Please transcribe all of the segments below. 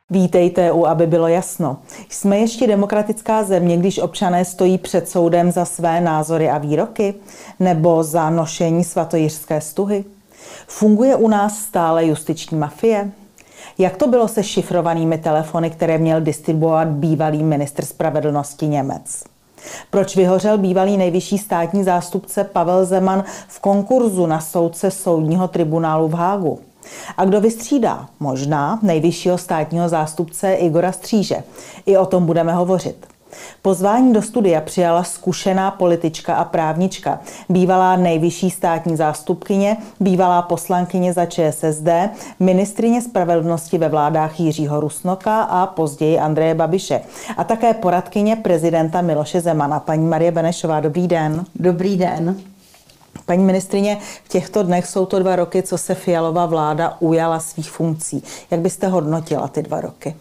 Vítejte u Aby bylo jasno. Jsme ještě demokratická země, když občané stojí před soudem za své názory a výroky? Nebo za nošení svatojiřské stuhy? Funguje u nás stále justiční mafie? Jak to bylo se šifrovanými telefony, které měl distribuovat bývalý ministr spravedlnosti Němec? Proč vyhořel bývalý nejvyšší státní zástupce Pavel Zeman v konkurzu na soudce soudního tribunálu v Hágu? A kdo vystřídá? Možná nejvyššího státního zástupce Igora Stříže. I o tom budeme hovořit. Pozvání do studia přijala zkušená politička a právnička, bývalá nejvyšší státní zástupkyně, bývalá poslankyně za ČSSD, ministryně spravedlnosti ve vládách Jiřího Rusnoka a později Andreje Babiše. A také poradkyně prezidenta Miloše Zemana, paní Marie Benešová. Dobrý den. Dobrý den. Paní ministryně, v těchto dnech jsou to 2 roky, co se Fialova vláda ujala svých funkcí. Jak byste hodnotila ty 2 roky?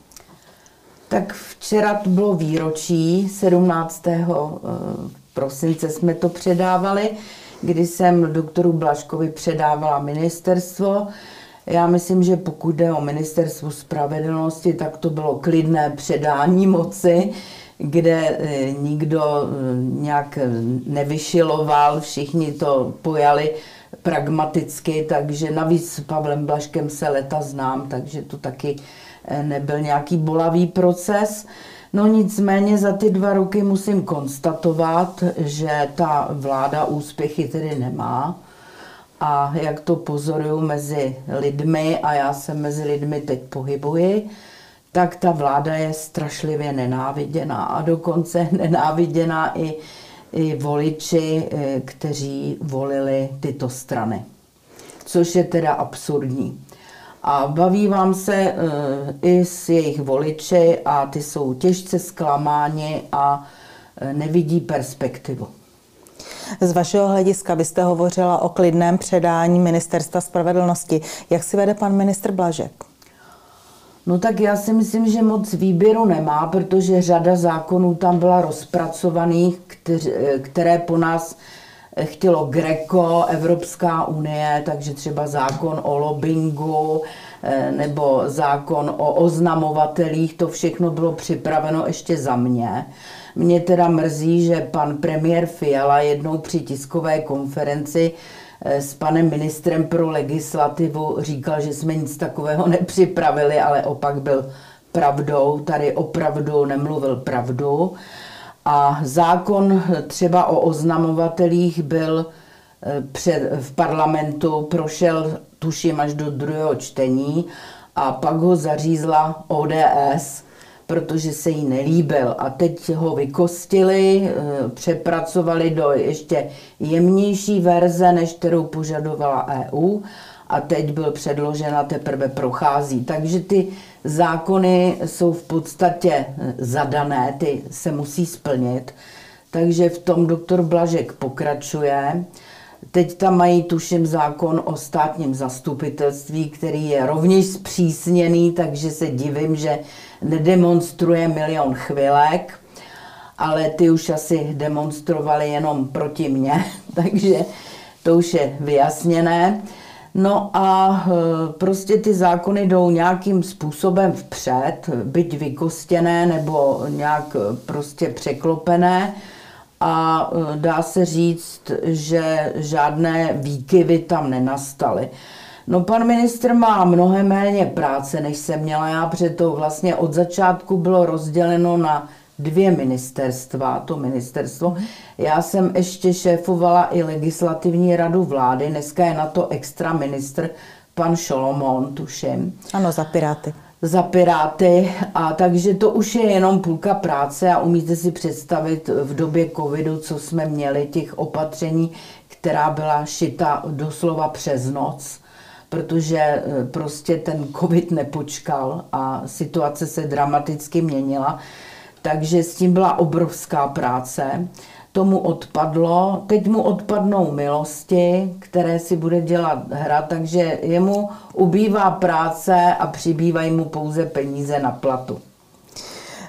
Tak včera to bylo výročí, 17. prosince jsme to předávali, kdy jsem doktoru Blažkovi předávala ministerstvo. Já myslím, že pokud jde o ministerstvo spravedlnosti, tak to bylo klidné předání moci, kde nikdo nějak nevyšiloval, všichni to pojali pragmaticky, takže navíc s Pavlem Blažkem se leta znám, takže to taky nebyl nějaký bolavý proces. No nicméně za ty 2 roky musím konstatovat, že ta vláda úspěchy tedy nemá. A jak to pozoruju mezi lidmi, a já se mezi lidmi teď pohybuji, tak ta vláda je strašlivě nenáviděná. A dokonce nenáviděná i voliči, kteří volili tyto strany. Což je teda absurdní. A bavívám se i s jejich voliči a ty jsou těžce zklamáni a nevidí perspektivu. Z vašeho hlediska byste hovořila o klidném předání ministerstva spravedlnosti. Jak si vede pan ministr Blažek? No tak já si myslím, že moc výběru nemá, protože řada zákonů tam byla rozpracovaných, které po nás chtělo Greco, Evropská unie, takže třeba zákon o lobbingu nebo zákon o oznamovatelích, to všechno bylo připraveno ještě za mě. Mě teda mrzí, že pan premiér Fiala jednou při tiskové konferenci s panem ministrem pro legislativu říkal, že jsme nic takového nepřipravili, ale opak byl pravdou, tady opravdu nemluvil pravdu. A zákon třeba o oznamovatelích byl v parlamentu, prošel tuším až do 2. čtení a pak ho zařízla ODS, protože se jí nelíbil. A teď ho vykostili, přepracovali do ještě jemnější verze, než kterou požadovala EU. A teď byl předložen a teprve prochází. Takže ty zákony jsou v podstatě zadané, ty se musí splnit. Takže v tom doktor Blažek pokračuje. Teď tam mají, tuším, zákon o státním zastupitelství, který je rovněž zpřísněný, takže se divím, že nedemonstruje 1 000 000 chvilek, ale ty už asi demonstrovali jenom proti mně, takže to už je vyjasněné. No a prostě ty zákony jdou nějakým způsobem vpřed, byť vykostěné nebo nějak prostě překlopené, a dá se říct, že žádné výkyvy tam nenastaly. No pan ministr má mnohem méně práce, než jsem měla já, protože to vlastně od začátku bylo rozděleno na 2 ministerstva, to ministerstvo. Já jsem ještě šéfovala i legislativní radu vlády, dneska je na to extra ministr, pan Šolomon, tuším. Ano, za Piráty. Za Piráty, a takže to už je jenom půlka práce a umíte si představit v době covidu, co jsme měli, těch opatření, která byla šita doslova přes noc, protože prostě ten covid nepočkal a situace se dramaticky měnila. Takže s tím byla obrovská práce. Tomu odpadlo, teď mu odpadnou milosti, které si bude dělat hra, takže jemu ubývá práce a přibývají mu pouze peníze na platu.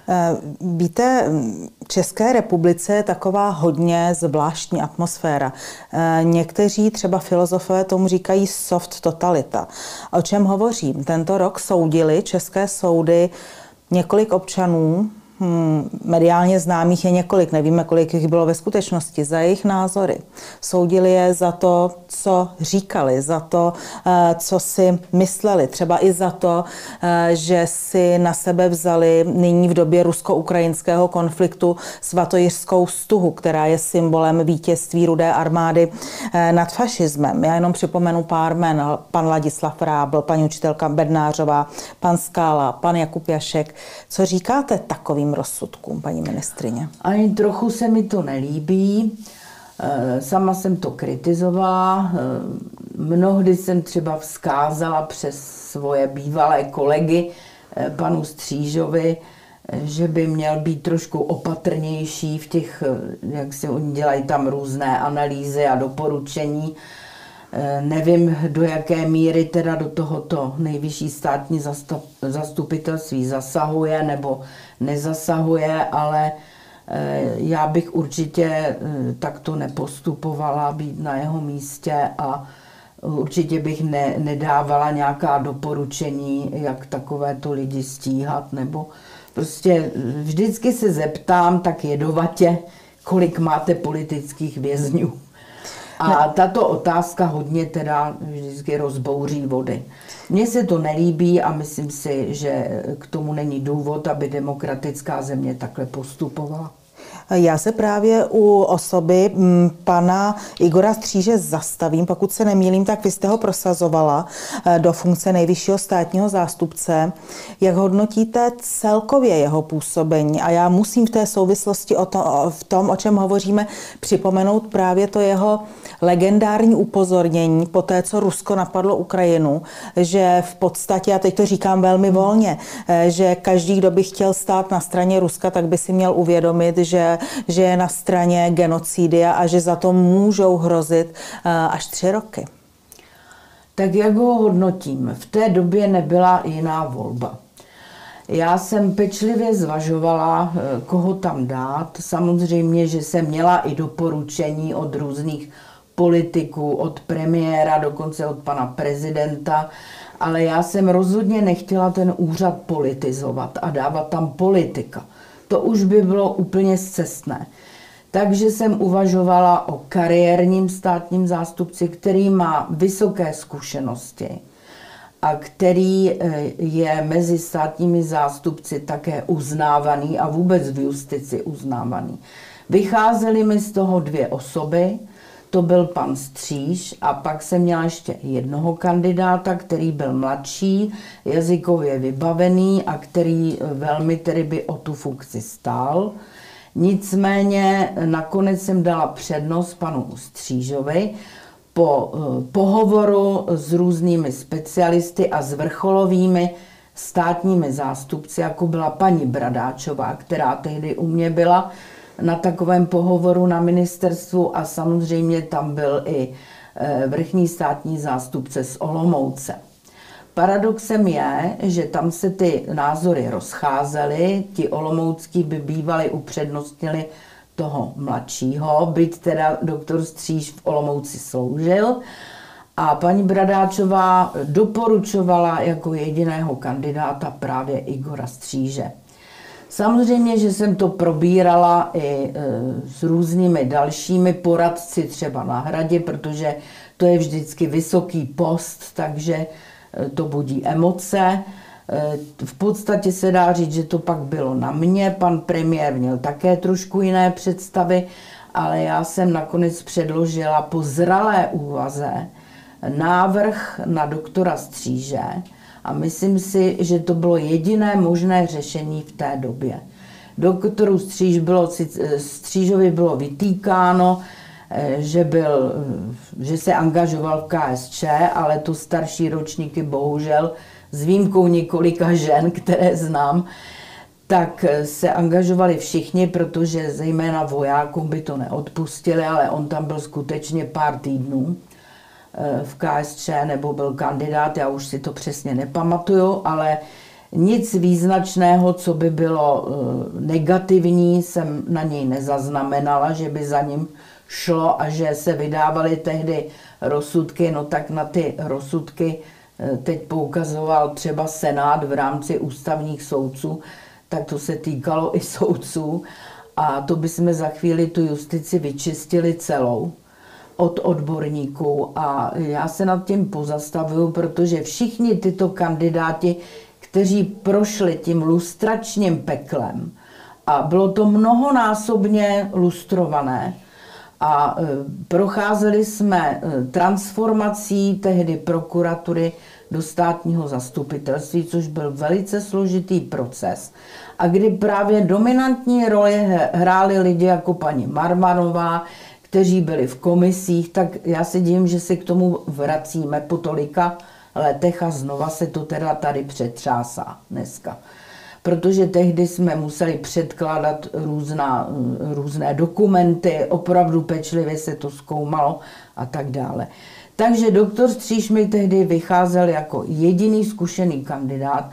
Víte, v České republice je taková hodně zvláštní atmosféra. Někteří třeba filozofové tomu říkají soft totalita. O čem hovořím? Tento rok soudili české soudy několik občanů, mediálně známých je několik, nevíme, kolik jich bylo ve skutečnosti, za jejich názory. Soudili je za to, co říkali, za to, co si mysleli, třeba i za to, že si na sebe vzali nyní v době rusko-ukrajinského konfliktu svatojiřskou stuhu, která je symbolem vítězství Rudé armády nad fašismem. Já jenom připomenu pár jmen. Pan Ladislav Rábl, paní učitelka Bednářová, pan Skála, pan Jakub Jašek. Co říkáte takovým rozsudkům, paní ministryně? Ani trochu se mi to nelíbí. Sama jsem to kritizovala. Mnohdy jsem třeba vzkázala přes svoje bývalé kolegy panu Střížovi, že by měl být trošku opatrnější v těch, jak si oni dělají tam různé analýzy a doporučení. Nevím, do jaké míry teda do tohoto nejvyšší státní zastupitelství zasahuje nebo nezasahuje, ale já bych určitě takto nepostupovala, být na jeho místě a určitě bych nedávala nějaká doporučení, jak takovéto lidi stíhat, nebo prostě vždycky se zeptám tak jedovatě, kolik máte politických vězňů. A tato otázka hodně teda vždycky rozbouří vody. Mně se to nelíbí a myslím si, že k tomu není důvod, aby demokratická země takhle postupovala. Já se právě u osoby pana Igora Stříže zastavím. Pokud se nemýlím, tak vy jste ho prosazovala do funkce nejvyššího státního zástupce. Jak hodnotíte celkově jeho působení? A já musím v té souvislosti v tom, o čem hovoříme, připomenout právě to jeho legendární upozornění po té, co Rusko napadlo Ukrajinu, že v podstatě, a teď to říkám velmi volně, že každý, kdo by chtěl stát na straně Ruska, tak by si měl uvědomit, že je na straně genocidy a že za to můžou hrozit až 3 roky. Tak jak ho hodnotím? V té době nebyla jiná volba. Já jsem pečlivě zvažovala, koho tam dát. Samozřejmě, že jsem měla i doporučení od různých politiků, od premiéra, dokonce od pana prezidenta, ale já jsem rozhodně nechtěla ten úřad politizovat a dávat tam politika. To už by bylo úplně scestné. Takže jsem uvažovala o kariérním státním zástupci, který má vysoké zkušenosti a který je mezi státními zástupci také uznávaný a vůbec v justici uznávaný. Vycházely mi z toho 2 osoby, to byl pan Stříž a pak jsem měla ještě jednoho kandidáta, který byl mladší, jazykově vybavený a který velmi tedy by o tu funkci stál. Nicméně nakonec jsem dala přednost panu Střížovi po pohovoru s různými specialisty a s vrcholovými státními zástupci, jako byla paní Bradáčová, která tehdy u mě byla na takovém pohovoru na ministerstvu a samozřejmě tam byl i vrchní státní zástupce z Olomouce. Paradoxem je, že tam se ty názory rozcházely, ti olomoucký by bývali upřednostnili toho mladšího, byť teda doktor Stříž v Olomouci sloužil a paní Bradáčová doporučovala jako jediného kandidáta právě Igora Stříže. Samozřejmě, že jsem to probírala i s různými dalšími poradci, třeba na Hradě, protože to je vždycky vysoký post, takže to budí emoce. V podstatě se dá říct, že to pak bylo na mě. Pan premiér měl také trošku jiné představy, ale já jsem nakonec předložila po zralé úvaze návrh na doktora Stříže a myslím si, že to bylo jediné možné řešení v té době. Doktoru Střížovi bylo vytýkáno, že se angažoval v KSČ, ale to starší ročníky bohužel, s výjimkou několika žen, které znám, tak se angažovali všichni, protože zejména vojákům by to neodpustili, ale on tam byl skutečně pár týdnů v KSČ, nebo byl kandidát, já už si to přesně nepamatuju, ale Nic význačného, co by bylo negativní, jsem na něj nezaznamenala, že by za ním šlo a že se vydávaly tehdy rozsudky, no tak na ty rozsudky teď poukazoval třeba Senát v rámci ústavních soudců, tak to se týkalo i soudců a to bychom za chvíli tu justici vyčistili celou od odborníků a já se nad tím pozastavuju, protože všichni tyto kandidáti, kteří prošli tím lustračním peklem a bylo to mnohonásobně lustrované a procházeli jsme transformací tehdy prokuratury do státního zastupitelství, což byl velice složitý proces a kdy právě dominantní roli hráli lidi jako paní Marmanová, kteří byli v komisích, tak já si divím, že se k tomu vracíme po tolika letech a znova se to teda tady přetřásá dneska. Protože tehdy jsme museli předkládat různé dokumenty, opravdu pečlivě se to zkoumalo a tak dále. Takže doktor Stříž mi tehdy vycházel jako jediný zkušený kandidát.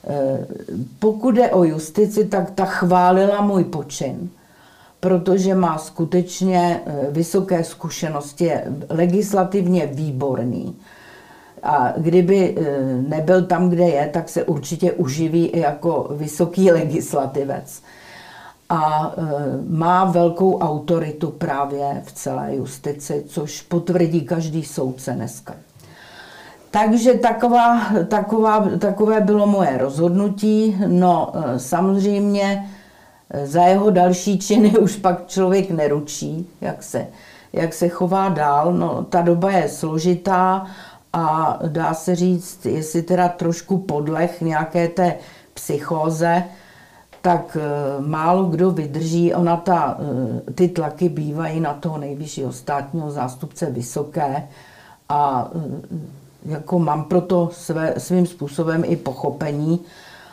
Pokud jde o justici, tak ta chválila můj počin, protože má skutečně vysoké zkušenosti, je legislativně výborný. A kdyby nebyl tam, kde je, tak se určitě uživí i jako vysoký legislativec. A má velkou autoritu právě v celé justici, což potvrdí každý soudce dneska. Takže takové bylo moje rozhodnutí. No samozřejmě za jeho další činy už pak člověk neručí, jak se chová dál. No, ta doba je složitá a dá se říct, jestli teda trošku podleh nějaké té psychóze, tak málo kdo vydrží. Ty tlaky bývají na toho nejvyššího státního zástupce vysoké a jako mám proto svým způsobem i pochopení,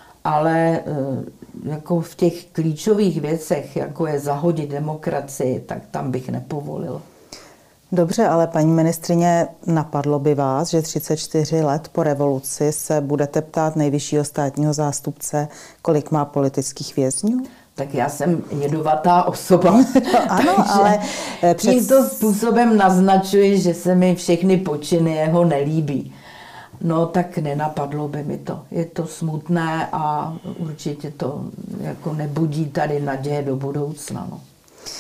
ale jako v těch klíčových věcech, jako je zahodit demokracii, tak tam bych nepovolil. Dobře, ale paní ministryně, napadlo by vás, že 34 let po revoluci se budete ptát nejvyššího státního zástupce, kolik má politických vězňů? Tak já jsem jedovatá osoba. Ano, ale tímto způsobem naznačuji, že se mi všechny počiny jeho nelíbí. No tak nenapadlo by mi to. Je to smutné a určitě to jako nebudí tady naděje do budoucna. No.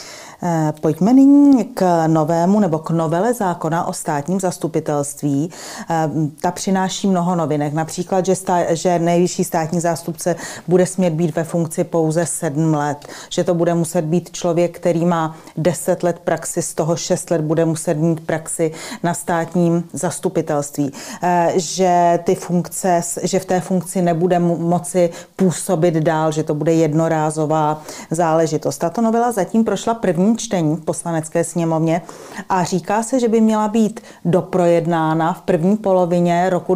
Pojďme nyní k novému nebo k novele zákona o státním zastupitelství. Ta přináší mnoho novinek, například, že nejvyšší státní zástupce bude smět být ve funkci pouze 7 let, že to bude muset být člověk, který má 10 let praxi, z toho 6 let bude muset mít praxi na státním zastupitelství, že v té funkci nebude moci působit dál, že to bude jednorázová záležitost. Tato novela zatím prošla první čtení v Poslanecké sněmovně a říká se, že by měla být doprojednána v první polovině roku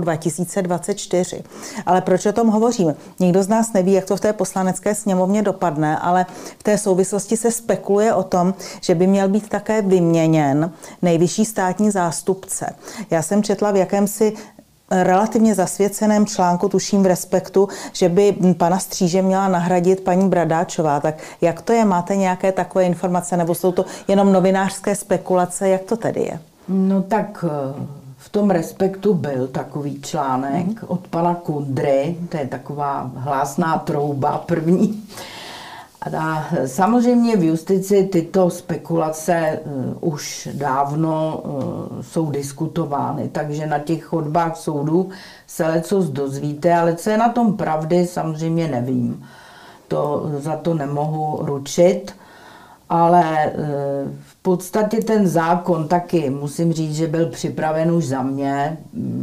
2024. Ale proč o tom hovořím? Nikdo z nás neví, jak to v té Poslanecké sněmovně dopadne, ale v té souvislosti se spekuluje o tom, že by měl být také vyměněn nejvyšší státní zástupce. Já jsem četla v jakémsi relativně zasvěceném článku, tuším v Respektu, že by pana Stříže měla nahradit paní Bradáčová. Tak jak to je? Máte nějaké takové informace, nebo jsou to jenom novinářské spekulace? Jak to tedy je? No tak v tom Respektu byl takový článek od pana Kundry, to je taková hlásná trouba první. A samozřejmě v justici tyto spekulace už dávno jsou diskutovány, takže na těch chodbách soudů se lecos dozvíte, ale co je na tom pravdy, samozřejmě nevím. Za to nemohu ručit, ale v podstatě ten zákon taky, musím říct, že byl připraven už za mě.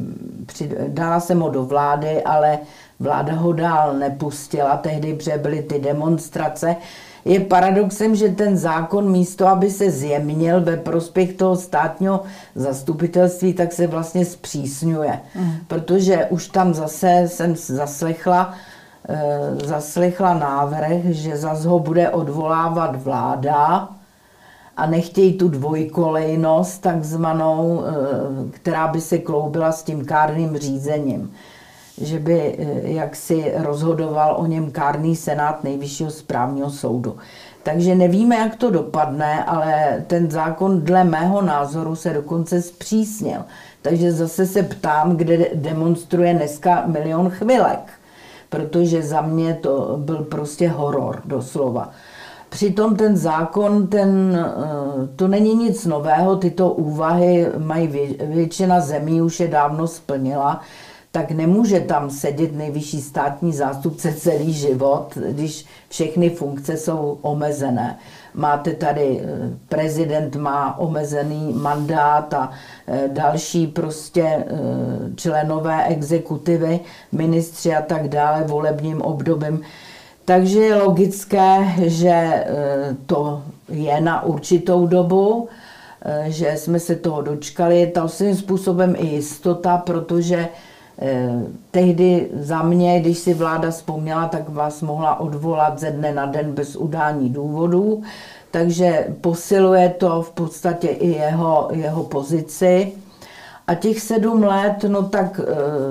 Dala jsem ho do vlády, ale vláda ho dál nepustila, tehdy, protože byly ty demonstrace. Je paradoxem, že ten zákon místo, aby se zjemnil ve prospěch toho státního zastupitelství, tak se vlastně zpřísňuje. Protože už tam zase jsem zaslechla návrh, že zase ho bude odvolávat vláda a nechtějí tu dvojkolejnost takzvanou, která by se kloubila s tím kárným řízením. že by jaksi rozhodoval o něm kárný senát Nejvyššího správního soudu. Takže nevíme, jak to dopadne, ale ten zákon dle mého názoru se dokonce zpřísnil. Takže zase se ptám, kde demonstruje dneska Milion chvilek, protože za mě to byl prostě horor doslova. Přitom ten zákon, to není nic nového, tyto úvahy mají většina zemí už je dávno splnila, tak nemůže tam sedět nejvyšší státní zástupce celý život, když všechny funkce jsou omezené. Máte tady, prezident má omezený mandát a další prostě členové exekutivy, ministři a tak dále volebním obdobím. Takže je logické, že to je na určitou dobu, že jsme se toho dočkali. Je to svým způsobem i jistota, protože tehdy za mě, když si vláda vzpomněla, tak vás mohla odvolat ze dne na den bez udání důvodů. Takže posiluje to v podstatě i jeho pozici. A těch 7 let, no tak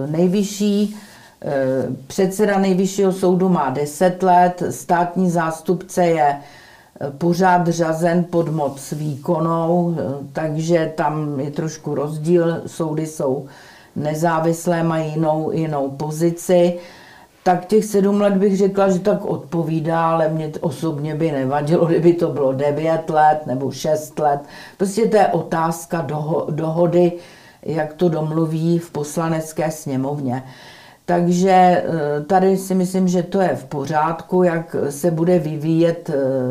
předseda Nejvyššího soudu má 10 let, státní zástupce je pořád řazen pod moc výkonnou, takže tam je trošku rozdíl, soudy jsou nezávislé, mají jinou pozici. Tak těch 7 let bych řekla, že tak odpovídá, ale mě osobně by nevadilo, kdyby to bylo 9 let nebo 6 let. Prostě to je otázka dohody, jak to domluví v Poslanecké sněmovně. Takže tady si myslím, že to je v pořádku, jak se bude vyvíjet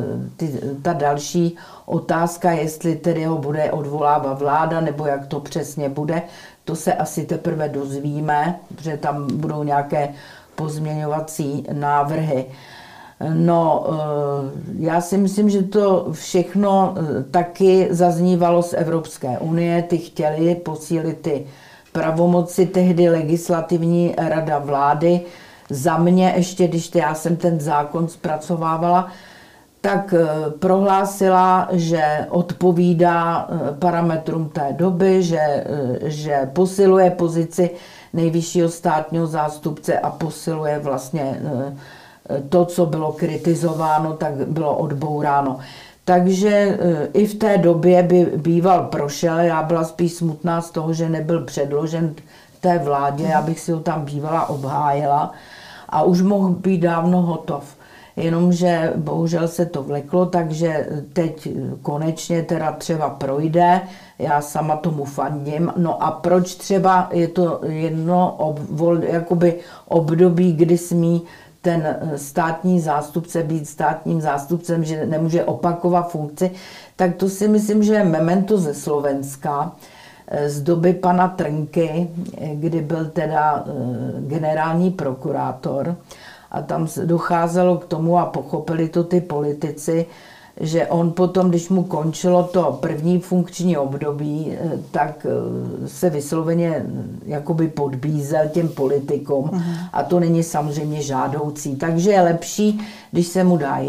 ta další otázka, jestli tedy ho bude odvolávat vláda, nebo jak to přesně bude. To se asi teprve dozvíme, protože tam budou nějaké pozměňovací návrhy. No, já si myslím, že to všechno taky zaznívalo z Evropské unie, ty chtěli posílit ty pravomoci, tehdy legislativní rada vlády. Za mě ještě, když já jsem ten zákon zpracovávala, tak prohlásila, že odpovídá parametrům té doby, že posiluje pozici nejvyššího státního zástupce a posiluje vlastně to, co bylo kritizováno, tak bylo odbouráno. Takže i v té době by býval prošel, já byla spíš smutná z toho, že nebyl předložen té vládě, já bych si ho tam bývala obhájila a už mohl být dávno hotov. Jenomže bohužel se to vleklo, takže teď konečně teda třeba projde, já sama tomu fandím. No a proč třeba je to jedno jakoby období, kdy smí ten státní zástupce být státním zástupcem, že nemůže opakovat funkci, tak to si myslím, že je memento ze Slovenska z doby pana Trnky, kdy byl teda generální prokurátor a tam docházelo k tomu a pochopili to ty politici, že on potom, když mu končilo to první funkční období, tak se vysloveně jakoby podbízel těm politikům a to není samozřejmě žádoucí. Takže je lepší, když se mu dá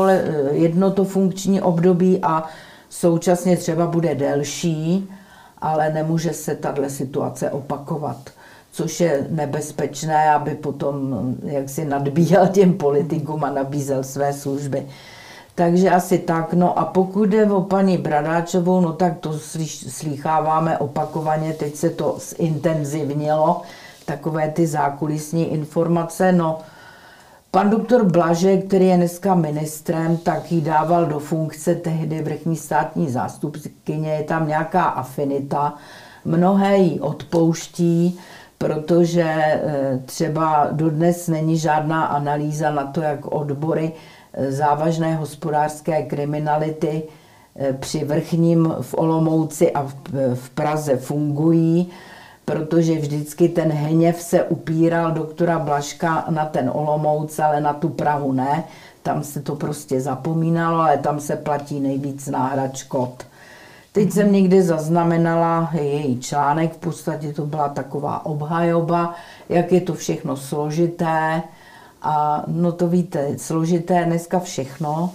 jedno to funkční období a současně třeba bude delší, ale nemůže se tahle situace opakovat, což je nebezpečné, aby potom jaksi nadbíhal těm politikům a nabízel své služby. Takže asi tak. No a pokud jde o paní Bradáčovou, no tak to slýcháváme opakovaně, teď se to zintenzivnilo, takové ty zákulisní informace. No, pan doktor Blažek, který je dneska ministrem, tak ji dával do funkce tehdy vrchní státní zástupkyně, je tam nějaká afinita, mnohé jí odpouští, protože třeba dodnes není žádná analýza na to, jak odbory závažné hospodářské kriminality při vrchním v Olomouci a v Praze fungují, protože vždycky ten hněv se upíral doktora Blažka na ten Olomouc, ale na tu Prahu ne. Tam se to prostě zapomínalo, ale tam se platí nejvíc náhrad škod. Teď jsem někde zaznamenala její článek, v podstatě to byla taková obhajoba, jak je to všechno složité. A no to víte, složité je dneska všechno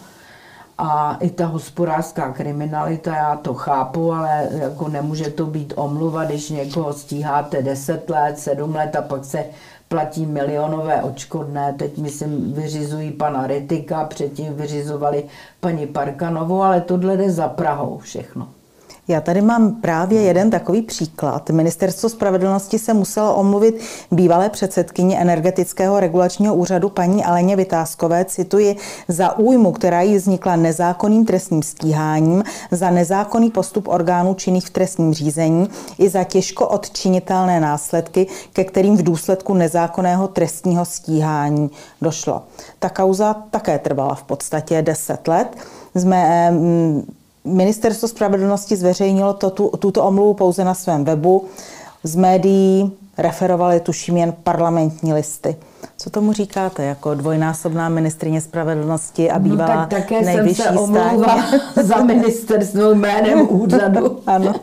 a i ta hospodářská kriminalita, já to chápu, ale jako nemůže to být omluva, když někoho stíháte 10 let, 7 let a pak se platí milionové odškodné, teď myslím vyřizují pana Rittika, předtím vyřizovali paní Parkanovou, ale tohle jde za Prahou všechno. Já tady mám právě jeden takový příklad. Ministerstvo spravedlnosti se muselo omluvit bývalé předsedkyni Energetického regulačního úřadu paní Aleně Vitáskové, cituji, za újmu, která jí vznikla nezákonným trestním stíháním, za nezákonný postup orgánů činných v trestním řízení i za těžko odčinitelné následky, ke kterým v důsledku nezákonného trestního stíhání došlo. Ta kauza také trvala v podstatě 10 let. Ministerstvo spravedlnosti zveřejnilo tuto omluvu pouze na svém webu. Z médií referovali tuším jen Parlamentní listy. Co tomu říkáte jako dvojnásobná ministryně spravedlnosti a bývalá tak také nejvyšší jsem se omlouvala za ministerstvo jménem úřadu. Ano.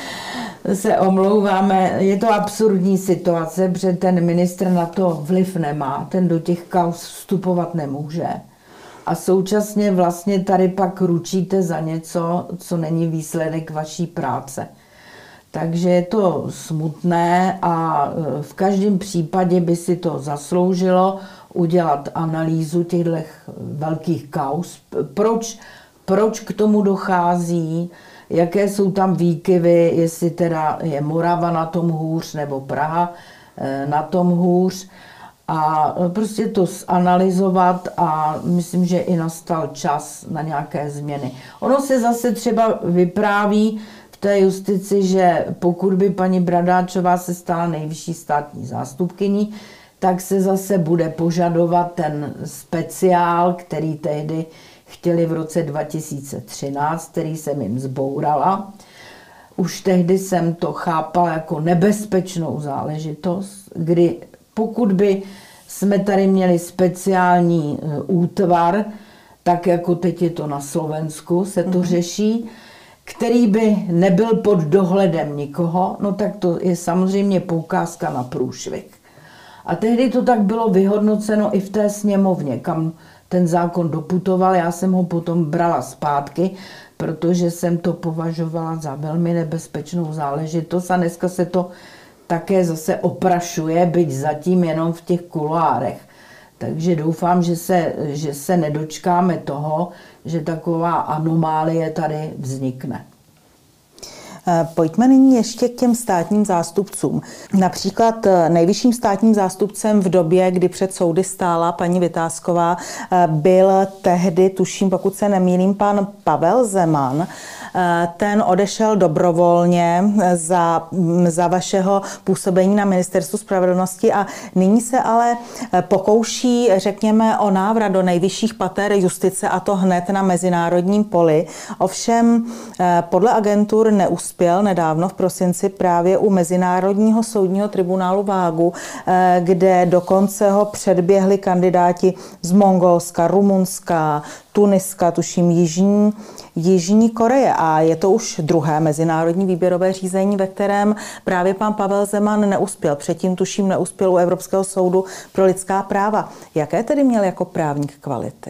Se omlouváme. Je to absurdní situace, protože ten ministr na to vliv nemá. Ten do těch kauz vstupovat nemůže. A současně vlastně tady pak ručíte za něco, co není výsledek vaší práce. Takže je to smutné a v každém případě by si to zasloužilo udělat analýzu těchto velkých kauz. Proč k tomu dochází, jaké jsou tam výkyvy, jestli teda je Morava na tom hůř nebo Praha na tom hůř. A prostě to zanalyzovat a myslím, že i nastal čas na nějaké změny. Ono se zase třeba vypráví v té justici, že pokud by paní Bradáčová se stala nejvyšší státní zástupkyní, tak se zase bude požadovat ten speciál, který tehdy chtěli v roce 2013, který jsem jim zbourala. Už tehdy jsem to chápala jako nebezpečnou záležitost, kdy pokud by jsme tady měli speciální útvar, tak jako teď je to na Slovensku, se to řeší, který by nebyl pod dohledem nikoho, no tak to je samozřejmě poukázka na průšvih. A tehdy to tak bylo vyhodnoceno i v té sněmovně, kam ten zákon doputoval. Já jsem ho potom brala zpátky, protože jsem to považovala za velmi nebezpečnou záležitost a dneska se to také zase oprašuje, byť zatím jenom v těch kuloárech. Takže doufám, že se nedočkáme toho, že taková anomálie tady vznikne. Pojďme nyní ještě k těm státním zástupcům. Například nejvyšším státním zástupcem v době, kdy před soudy stála paní Vitásková, byl tehdy, tuším, pokud se nemýlím, pan Pavel Zeman. Ten odešel dobrovolně za vašeho působení na Ministerstvu spravedlnosti a nyní se ale pokouší, řekněme, o návrat do nejvyšších pater justice a to hned na mezinárodním poli. Ovšem podle agentur neuspěl nedávno v prosinci právě u Mezinárodního soudního tribunálu v Hágu, kde dokonce ho předběhli kandidáti z Mongolska, Rumunska, Tuniska, tuším Jižní Koreje. A je to už druhé mezinárodní výběrové řízení, ve kterém právě pan Pavel Zeman neuspěl. Předtím tuším neuspěl u Evropského soudu pro lidská práva. Jaké tedy měl jako právník kvality?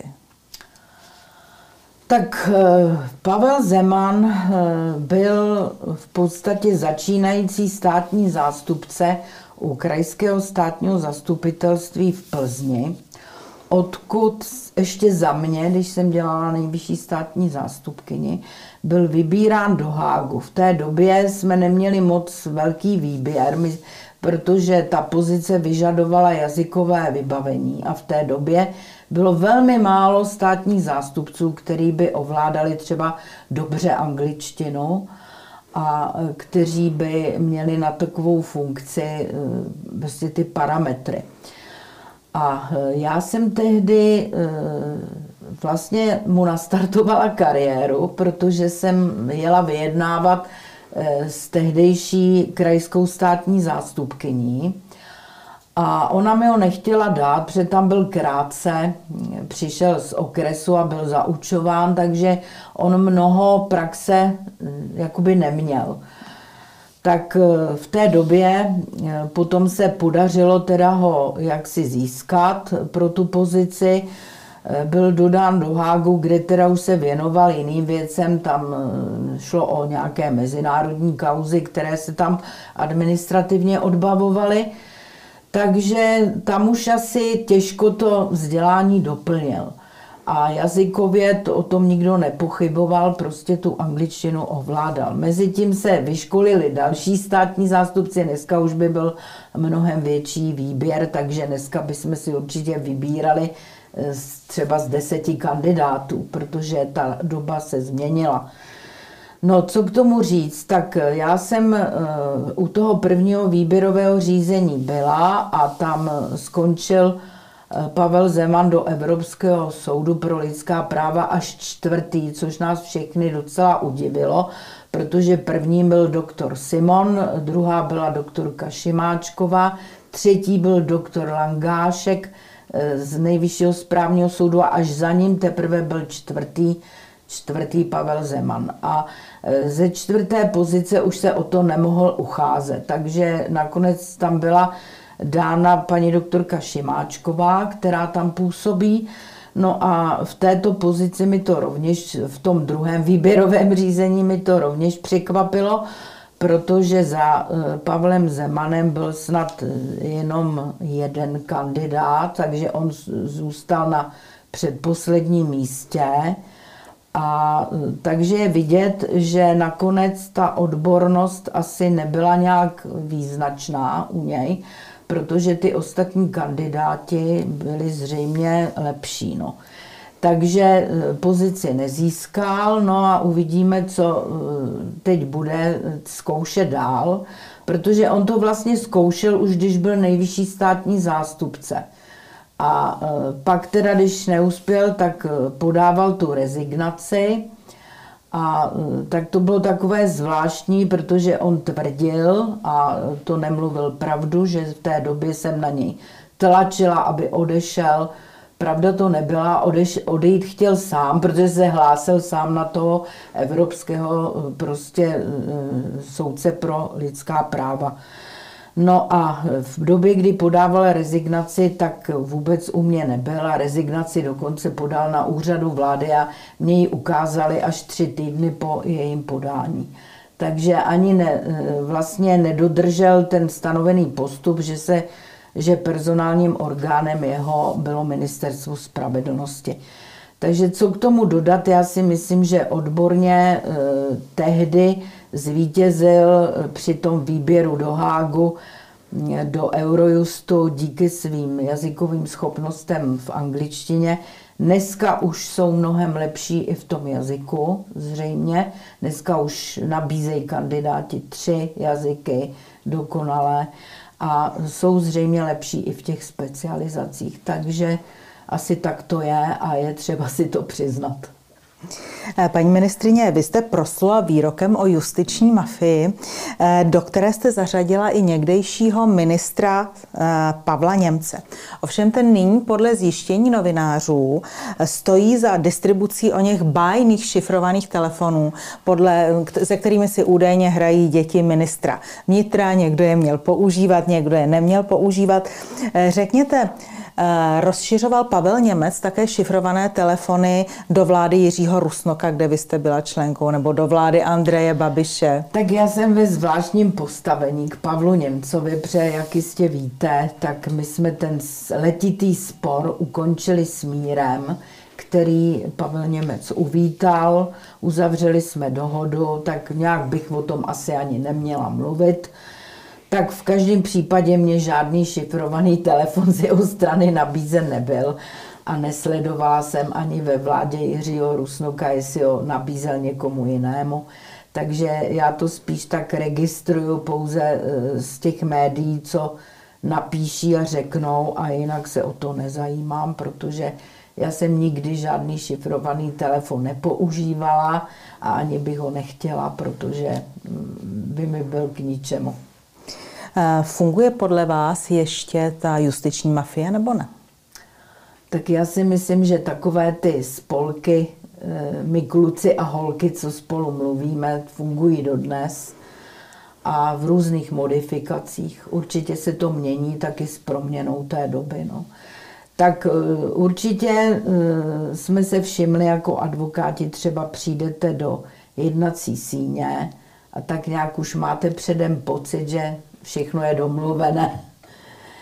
Tak Pavel Zeman byl v podstatě začínající státní zástupce u Krajského státního zastupitelství v Plzni, odkud ještě za mě, když jsem dělala nejvyšší státní zástupkyni, byl vybírán do Hágu. V té době jsme neměli moc velký výběr, protože ta pozice vyžadovala jazykové vybavení a v té době bylo velmi málo státních zástupců, kteří by ovládali třeba dobře angličtinu a kteří by měli na takovou funkci vlastně ty parametry. A já jsem tehdy vlastně mu nastartovala kariéru, protože jsem jela vyjednávat s tehdejší krajskou státní zástupkyní a ona mi ho nechtěla dát, protože tam byl krátce, přišel z okresu a byl zaučován, takže on mnoho praxe jakoby neměl. Tak v té době potom se podařilo teda ho jaksi získat pro tu pozici. Byl dodán do Hágu, kde teda už se věnoval jiným věcem, tam šlo o nějaké mezinárodní kauzy, které se tam administrativně odbavovaly. Takže tam už asi těžko to vzdělání doplnil. A jazykově o tom nikdo nepochyboval, prostě tu angličtinu ovládal. Mezitím se vyškolili další státní zástupci, dneska už by byl mnohem větší výběr, takže dneska bychom si určitě vybírali třeba z 10 kandidátů, protože ta doba se změnila. No, co k tomu říct, tak já jsem u toho prvního výběrového řízení byla a tam skončil Pavel Zeman do Evropského soudu pro lidská práva až 4., což nás všechny docela udivilo, protože první byl doktor Simon, druhá byla doktorka Šimáčková, třetí byl doktor Langášek z Nejvyššího správního soudu a až za ním teprve byl čtvrtý Pavel Zeman. A ze 4. pozice už se o to nemohl ucházet, takže nakonec tam byla dána paní doktorka Šimáčková, která tam působí. No a v této pozici mi to rovněž, v tom druhém výběrovém řízení mi to rovněž překvapilo, protože za Pavlem Zemanem byl snad jenom jeden kandidát, takže on zůstal na předposledním místě. A takže je vidět, že nakonec ta odbornost asi nebyla nějak význačná u něj, protože ty ostatní kandidáti byli zřejmě lepší. No. Takže pozici nezískal, no a uvidíme, co teď bude zkoušet dál, protože on to vlastně zkoušel už, když byl nejvyšší státní zástupce. A pak teda, když neuspěl, tak podával tu rezignaci a tak to bylo takové zvláštní, protože on tvrdil, a to nemluvil pravdu, že v té době jsem na něj tlačila, aby odešel. Pravda to nebyla, odejít chtěl sám, protože se hlásil sám na toho evropského prostě soudce pro lidská práva. No a v době, kdy podával rezignaci, tak vůbec u mě nebyla. Rezignaci dokonce podal na úřadu vlády a mě ji ukázali až 3 týdny po jejím podání. Takže ani vlastně nedodržel ten stanovený postup, že personálním orgánem jeho bylo Ministerstvo spravedlnosti. Takže co k tomu dodat, já si myslím, že odborně tehdy zvítězil při tom výběru do Hágu, do Eurojustu díky svým jazykovým schopnostem v angličtině. Dneska už jsou mnohem lepší i v tom jazyku, zřejmě. Dneska už nabízejí kandidáti 3 jazyky dokonalé a jsou zřejmě lepší i v těch specializacích. Takže asi tak to je a je třeba si to přiznat. Paní ministryně, vy jste proslula výrokem o justiční mafii, do které jste zařadila i někdejšího ministra Pavla Němce. Ovšem ten nyní podle zjištění novinářů stojí za distribucí o něch bájných šifrovaných telefonů, se kterými si údajně hrají děti ministra vnitra. Někdo je měl používat, někdo je neměl používat. Řekněte, rozšiřoval Pavel Němec také šifrované telefony do vlády Jiřího Rusnoka, kde vy jste byla členkou, nebo do vlády Andreje Babiše? Tak já jsem ve zvláštním postavení k Pavlu Němcovi, protože jak jistě víte, tak my jsme ten letitý spor ukončili smírem, který Pavel Němec uvítal, uzavřeli jsme dohodu, tak nějak bych o tom asi ani neměla mluvit. Tak v každém případě mě žádný šifrovaný telefon z jeho strany nabízen nebyl a nesledovala jsem ani ve vládě Jiřího Rusnoka, jestli ho nabízel někomu jinému. Takže já to spíš tak registruju pouze z těch médií, co napíší a řeknou, a jinak se o to nezajímám, protože já jsem nikdy žádný šifrovaný telefon nepoužívala a ani bych ho nechtěla, protože by mi byl k ničemu. Funguje podle vás ještě ta justiční mafie, nebo ne? Tak já si myslím, že takové ty spolky, my kluci a holky, co spolu mluvíme, fungují dodnes a v různých modifikacích. Určitě se to mění taky s proměnou té doby. No. Tak určitě jsme se všimli jako advokáti, třeba přijdete do jednací síně a tak nějak už máte předem pocit, že všechno je domluvené.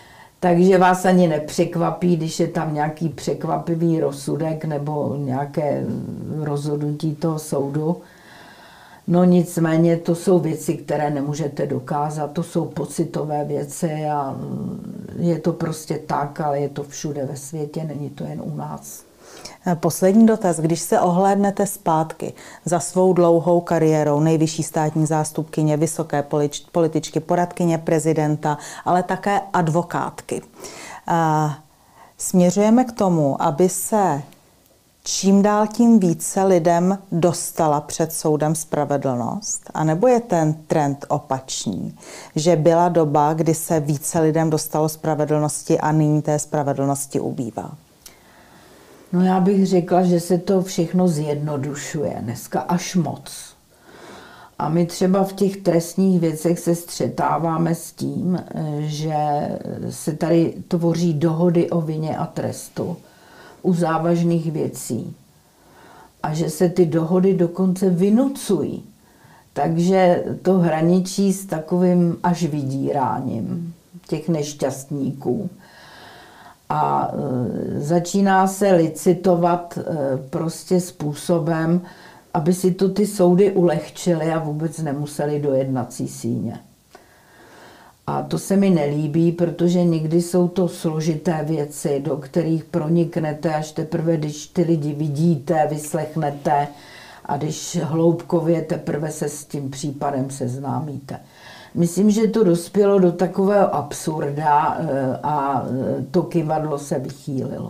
Takže vás ani nepřekvapí, když je tam nějaký překvapivý rozsudek nebo nějaké rozhodnutí toho soudu. No nicméně to jsou věci, které nemůžete dokázat, to jsou pocitové věci a je to prostě tak, ale je to všude ve světě, není to jen u nás. Poslední dotaz. Když se ohlédnete zpátky za svou dlouhou kariérou nejvyšší státní zástupkyně, vysoké političky, poradkyně prezidenta, ale také advokátky, směřujeme k tomu, aby se čím dál tím více lidem dostala před soudem spravedlnost? A nebo je ten trend opačný, že byla doba, kdy se více lidem dostalo spravedlnosti a nyní té spravedlnosti ubývá? No já bych řekla, že se to všechno zjednodušuje dneska až moc. A my třeba v těch trestních věcech se střetáváme s tím, že se tady tvoří dohody o vině a trestu u závažných věcí. A že se ty dohody dokonce vynucují. Takže to hraničí s takovým až vydíráním těch nešťastníků. A začíná se licitovat prostě způsobem, aby si to ty soudy ulehčily a vůbec nemuseli do jednací síně. A to se mi nelíbí, protože někdy jsou to složité věci, do kterých proniknete až teprve, když ty lidi vidíte, vyslechnete a když hloubkově teprve se s tím případem seznámíte. Myslím, že to dospělo do takového absurda a to kyvadlo se vychýlilo.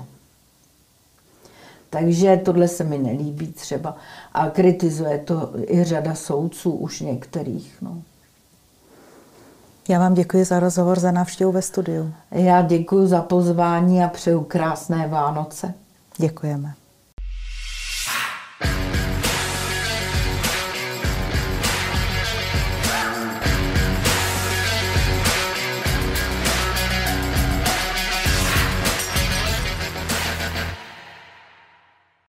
Takže tohle se mi nelíbí třeba. A kritizuje to i řada soudců, už některých. No. Já vám děkuji za rozhovor, za návštěvu ve studiu. Já děkuji za pozvání a přeju krásné Vánoce. Děkujeme.